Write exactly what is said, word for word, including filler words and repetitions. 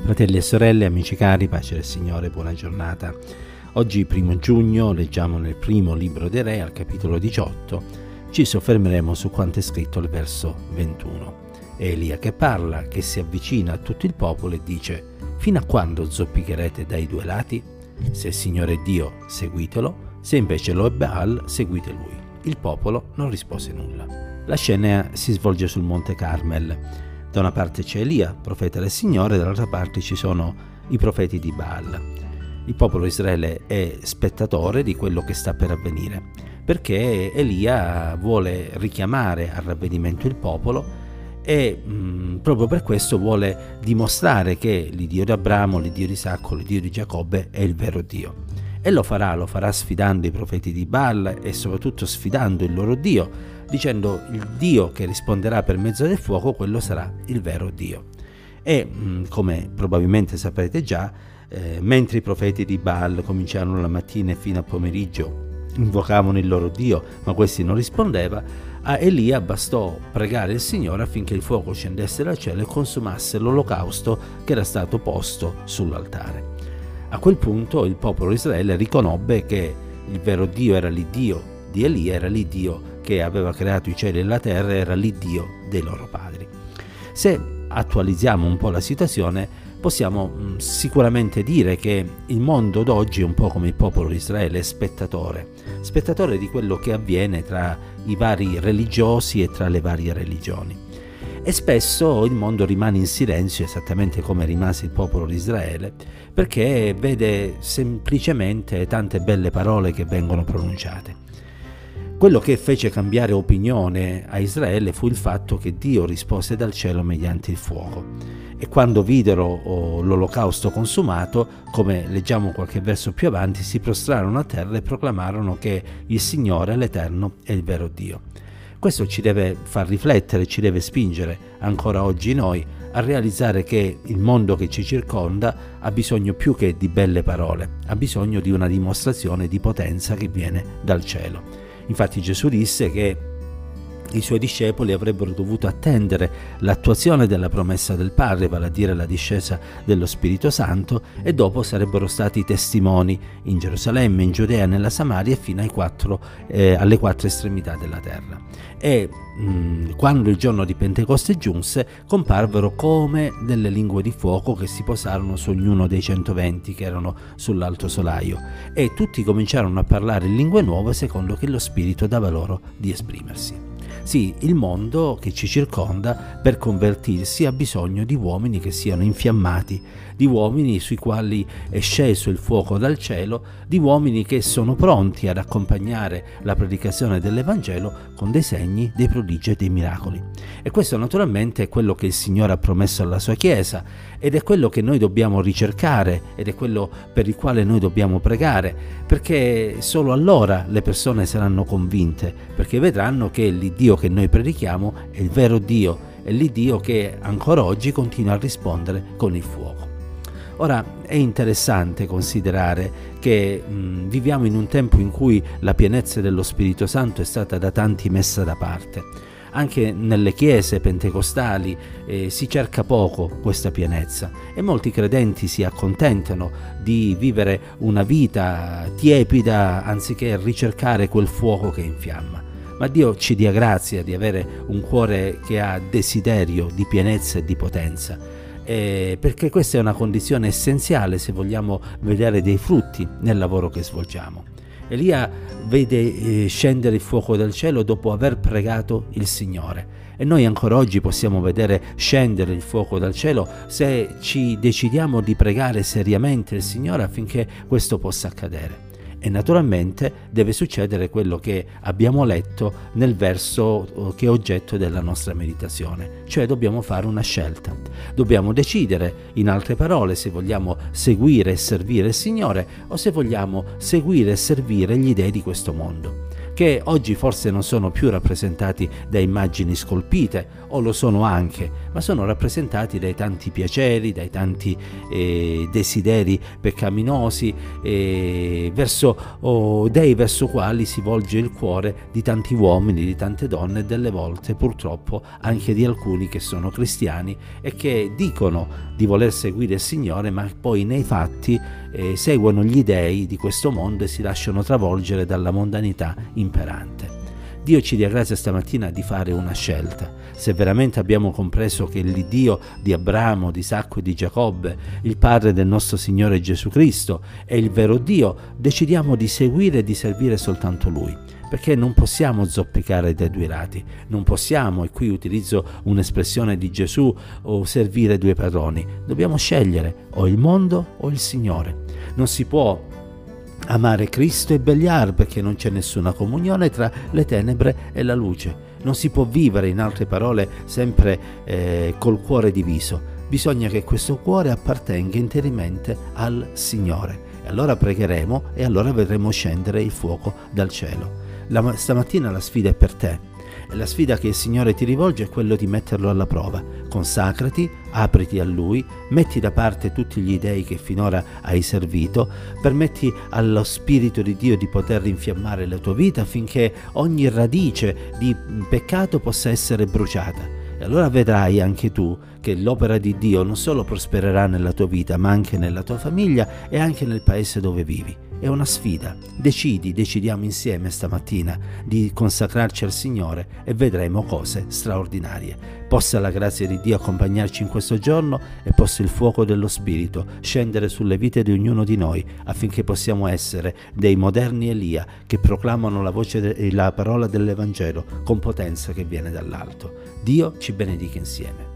Fratelli e sorelle, amici cari, pace del Signore, buona giornata. Oggi, primo giugno, leggiamo nel primo libro dei Re, al capitolo diciotto. Ci soffermeremo su quanto è scritto al verso ventuno. È Elia che parla, che si avvicina a tutto il popolo e dice: «Fino a quando zoppicherete dai due lati? Se il Signore è Dio, seguitelo, se invece lo è Baal, seguite lui». Il popolo non rispose nulla. La scena si svolge sul monte Carmel. Da una parte c'è Elia, profeta del Signore, dall'altra parte ci sono i profeti di Baal. Il popolo di Israele è spettatore di quello che sta per avvenire, perché Elia vuole richiamare al ravvedimento il popolo e mh, proprio per questo vuole dimostrare che l'Iddio di Abramo, l'Iddio di Isacco, l'Iddio di Giacobbe è il vero Dio. E lo farà, lo farà sfidando i profeti di Baal e soprattutto sfidando il loro Dio, dicendo: il Dio che risponderà per mezzo del fuoco, quello sarà il vero Dio. E mh, come probabilmente saprete già, eh, mentre i profeti di Baal cominciarono la mattina e fino al pomeriggio invocavano il loro Dio, ma questi non rispondeva, a Elia bastò pregare il Signore affinché il fuoco scendesse dal cielo e consumasse l'olocausto che era stato posto sull'altare. A quel punto il popolo di Israele riconobbe che il vero Dio era l'Iddio di Elia, era l'Iddio che aveva creato i cieli e la terra, era l'Iddio dei loro padri. Se attualizziamo un po' la situazione, possiamo mh, sicuramente dire che il mondo d'oggi è un po' come il popolo di Israele, è spettatore, spettatore di quello che avviene tra i vari religiosi e tra le varie religioni. E spesso il mondo rimane in silenzio, esattamente come rimase il popolo di Israele, perché vede semplicemente tante belle parole che vengono pronunciate. Quello che fece cambiare opinione a Israele fu il fatto che Dio rispose dal cielo mediante il fuoco. E quando videro oh, l'olocausto consumato, come leggiamo qualche verso più avanti, si prostrarono a terra e proclamarono che il Signore, l'Eterno, è il vero Dio. Questo ci deve far riflettere, ci deve spingere ancora oggi noi a realizzare che il mondo che ci circonda ha bisogno più che di belle parole, ha bisogno di una dimostrazione di potenza che viene dal cielo. Infatti Gesù disse che i suoi discepoli avrebbero dovuto attendere l'attuazione della promessa del Padre, vale a dire la discesa dello Spirito Santo, e dopo sarebbero stati testimoni in Gerusalemme, in Giudea, nella Samaria e fino ai quattro, eh, alle quattro estremità della terra. E mh, quando il giorno di Pentecoste giunse, comparvero come delle lingue di fuoco che si posarono su ognuno dei centoventi che erano sull'alto solaio, e tutti cominciarono a parlare in lingue nuove secondo che lo Spirito dava loro di esprimersi. Sì, il mondo che ci circonda per convertirsi ha bisogno di uomini che siano infiammati, di uomini sui quali è sceso il fuoco dal cielo, di uomini che sono pronti ad accompagnare la predicazione dell'Evangelo con dei segni, dei prodigi e dei miracoli. E questo naturalmente è quello che il Signore ha promesso alla sua Chiesa, ed è quello che noi dobbiamo ricercare, ed è quello per il quale noi dobbiamo pregare, perché solo allora le persone saranno convinte, perché vedranno che l'Iddio che noi predichiamo è il vero Dio, è l'Iddio che ancora oggi continua a rispondere con il fuoco. Ora, è interessante considerare che mh, viviamo in un tempo in cui la pienezza dello Spirito Santo è stata da tanti messa da parte. Anche nelle chiese pentecostali eh, si cerca poco questa pienezza, e molti credenti si accontentano di vivere una vita tiepida anziché ricercare quel fuoco che infiamma. Ma Dio ci dia grazia di avere un cuore che ha desiderio di pienezza e di potenza, eh, perché questa è una condizione essenziale se vogliamo vedere dei frutti nel lavoro che svolgiamo. Elia vede eh, scendere il fuoco dal cielo dopo aver pregato il Signore, e noi ancora oggi possiamo vedere scendere il fuoco dal cielo se ci decidiamo di pregare seriamente il Signore affinché questo possa accadere. E naturalmente deve succedere quello che abbiamo letto nel verso che è oggetto della nostra meditazione, cioè dobbiamo fare una scelta, dobbiamo decidere, in altre parole, se vogliamo seguire e servire il Signore o se vogliamo seguire e servire gli dei di questo mondo. che oggi forse non sono più rappresentati da immagini scolpite, o lo sono anche, ma sono rappresentati dai tanti piaceri, dai tanti eh, desideri peccaminosi, eh, verso oh, dei verso quali si volge il cuore di tanti uomini, di tante donne, e delle volte purtroppo anche di alcuni che sono cristiani e che dicono di voler seguire il Signore, ma poi nei fatti eh, seguono gli dei di questo mondo e si lasciano travolgere dalla mondanità imperante. Dio ci dia grazia stamattina di fare una scelta. Se veramente abbiamo compreso che l'Iddio di Abramo, di Isacco e di Giacobbe, il Padre del nostro Signore Gesù Cristo, è il vero Dio, decidiamo di seguire e di servire soltanto Lui. Perché non possiamo zoppicare dai due lati, non possiamo, e qui utilizzo un'espressione di Gesù, o servire due padroni. Dobbiamo scegliere o il mondo o il Signore. Non si può amare Cristo e Beliar, perché non c'è nessuna comunione tra le tenebre e la luce. Non si può vivere, in altre parole, sempre eh, col cuore diviso. Bisogna che questo cuore appartenga interamente al Signore. E allora pregheremo e allora vedremo scendere il fuoco dal cielo. La, stamattina la sfida è per te, e la sfida che il Signore ti rivolge è quello di metterlo alla prova. Consacrati, apriti a Lui, metti da parte tutti gli dei che finora hai servito, permetti allo Spirito di Dio di poter rinfiammare la tua vita affinché ogni radice di peccato possa essere bruciata. E allora vedrai anche tu che l'opera di Dio non solo prospererà nella tua vita, ma anche nella tua famiglia e anche nel paese dove vivi. È una sfida. Decidi, decidiamo insieme stamattina di consacrarci al Signore e vedremo cose straordinarie. Possa la grazia di Dio accompagnarci in questo giorno e possa il fuoco dello Spirito scendere sulle vite di ognuno di noi affinché possiamo essere dei moderni Elia che proclamano la voce e la parola dell'Evangelo con potenza che viene dall'alto. Dio ci benedica insieme.